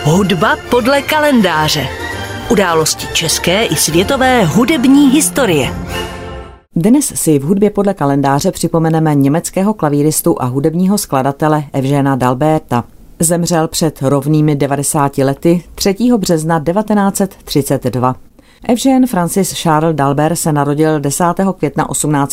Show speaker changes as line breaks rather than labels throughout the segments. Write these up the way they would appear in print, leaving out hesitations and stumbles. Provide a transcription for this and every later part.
Hudba podle kalendáře. Události české i světové hudební historie.
Dnes si v hudbě podle kalendáře připomeneme německého klavíristu a hudebního skladatele Eugena Dalberta. Zemřel před rovnými 90 lety 3. března 1932. Eugen Francis Charles Dalbert se narodil 10. května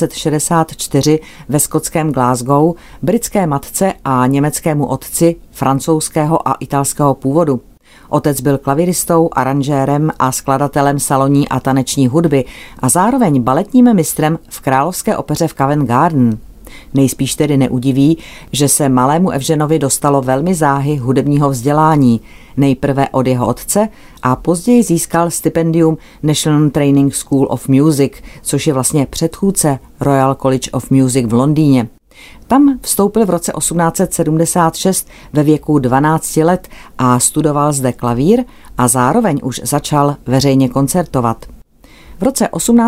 1864 ve skotském Glasgow, britské matce a německému otci francouzského a italského původu. Otec byl klaviristou, aranžérem a skladatelem salonní a taneční hudby a zároveň baletním mistrem v královské opeře v Covent Garden. Nejspíš tedy neudiví, že se malému Eugenovi dostalo velmi záhy hudebního vzdělání, nejprve od jeho otce a později získal stipendium National Training School of Music, což je vlastně předchůdce Royal College of Music v Londýně. Tam vstoupil v roce 1876 ve věku 12 let a studoval zde klavír a zároveň už začal veřejně koncertovat. V roce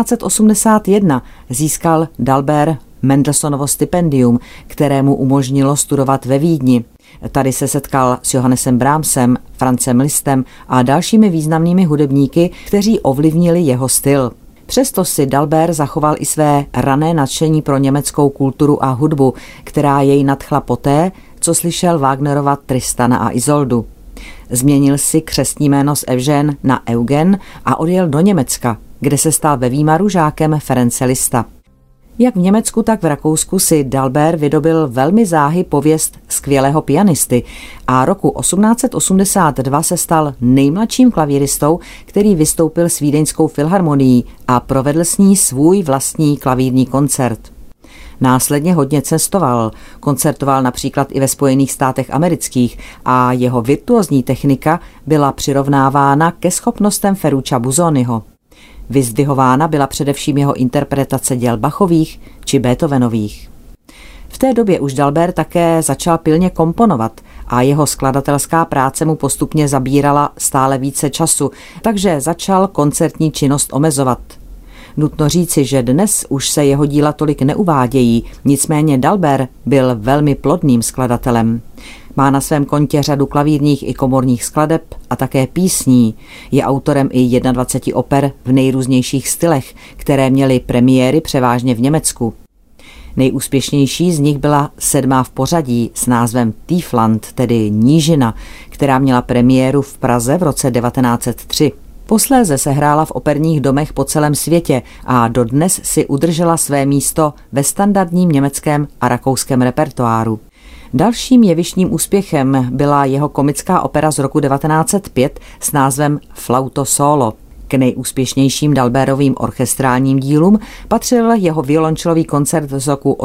1881 získal Dalbert Mendelssohnovo stipendium, které mu umožnilo studovat ve Vídni. Tady se setkal s Johannesem Brahmsem, Franzem Lisztem a dalšími významnými hudebníky, kteří ovlivnili jeho styl. Přesto si Dalbert zachoval i své rané nadšení pro německou kulturu a hudbu, která jej nadchla poté, co slyšel Wagnerova Tristana a Isoldu. Změnil si křestní jméno z Eugen na Eugen a odjel do Německa, kde se stal ve Výmaru žákem Ference Liszta. Jak v Německu, tak v Rakousku si Dalbert vydobyl velmi záhy pověst skvělého pianisty a roku 1882 se stal nejmladším klavíristou, který vystoupil s Vídeňskou filharmonií a provedl s ní svůj vlastní klavírní koncert. Následně hodně cestoval, koncertoval například i ve Spojených státech amerických a jeho virtuózní technika byla přirovnávána ke schopnostem Ferruccia Busoniho. Vyzdvihována byla především jeho interpretace děl Bachových či Beethovenových. V té době už Dalbert také začal pilně komponovat a jeho skladatelská práce mu postupně zabírala stále více času, takže začal koncertní činnost omezovat. Nutno říci, že dnes už se jeho díla tolik neuvádějí, nicméně Dalbert byl velmi plodným skladatelem. Má na svém kontě řadu klavírních i komorních skladeb a také písní. Je autorem i 21 oper v nejrůznějších stylech, které měly premiéry převážně v Německu. Nejúspěšnější z nich byla 7. v pořadí s názvem Tiefland, tedy Nížina, která měla premiéru v Praze v roce 1903. Posléze se hrála v operních domech po celém světě a dodnes si udržela své místo ve standardním německém a rakouském repertoáru. Dalším jevištním úspěchem byla jeho komická opera z roku 1905 s názvem Flauto solo. K nejúspěšnějším Dalbertovým orchestrálním dílům patřil jeho violončelový koncert z roku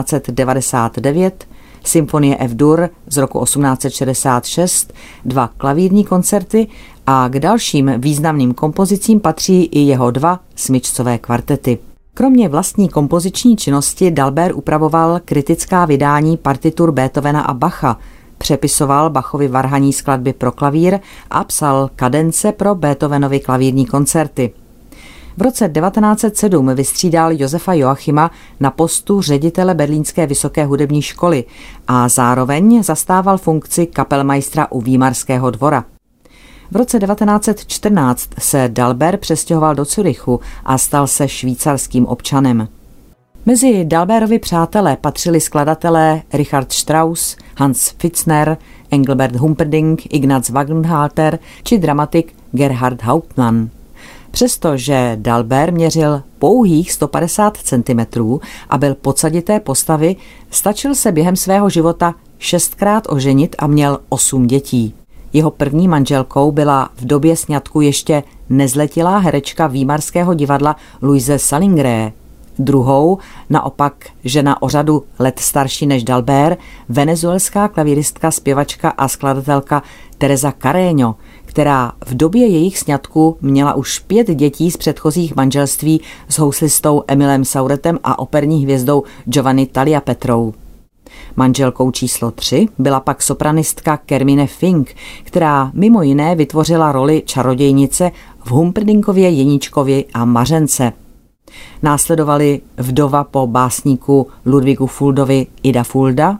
1899, Symfonie F-dur z roku 1866, 2 klavírní koncerty a k dalším významným kompozicím patří i jeho 2 smyčcové kvartety. Kromě vlastní kompoziční činnosti Dalbert upravoval kritická vydání partitur Beethovena a Bacha, přepisoval Bachovy varhanní skladby pro klavír a psal kadence pro Beethovenovy klavírní koncerty. V roce 1907 vystřídal Josefa Joachima na postu ředitele Berlínské vysoké hudební školy a zároveň zastával funkci kapelmeistra u Výmarského dvora. V roce 1914 se Dalbert přestěhoval do Curychu a stal se švýcarským občanem. Mezi Dalbertovi přátelé patřili skladatelé Richard Strauss, Hans Pfitzner, Engelbert Humperdinck, Ignaz Wagenhalter či dramatik Gerhard Hauptmann. Přestože Dalbert měřil pouhých 150 cm a byl podsadité postavy, stačil se během svého života 6krát oženit a měl 8 dětí. Jeho první manželkou byla v době sňatku ještě nezletilá herečka Výmarského divadla Louise Salingré. Druhou, naopak žena o řadu let starší než Dalbert, venezuelská klavíristka, zpěvačka a skladatelka Teresa Carreño, která v době jejich sňatku měla už 5 dětí z předchozích manželství s houslistou Emilem Sauretem a operní hvězdou Giovanni Tagliapetrou. Manželkou číslo 3 byla pak sopranistka Carmine Fink, která mimo jiné vytvořila roli čarodějnice v Humperdinkově Jeníčkovi a Mařence. Následovali vdova po básníku Ludwigu Fuldovi Ida Fulda,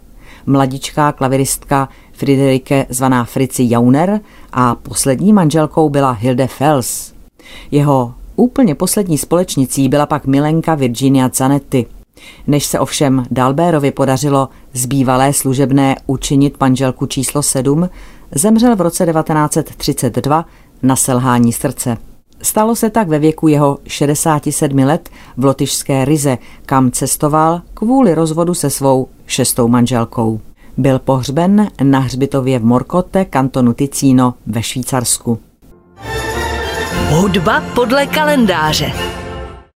mladičká klaviristka Friederike zvaná Fritzi Jauner a poslední manželkou byla Hilde Fels. Jeho úplně poslední společnicí byla pak milenka Virginia Zanetti. Než se ovšem Dalbérovi podařilo z bývalé služebné učinit manželku číslo 7, zemřel v roce 1932 na selhání srdce. Stalo se tak ve věku jeho 67 let v lotyšské Rize, kam cestoval kvůli rozvodu se svou 6. manželkou. Byl pohřben na hřbitově v Morcote, kantonu Ticino ve Švýcarsku.
Hudba podle kalendáře.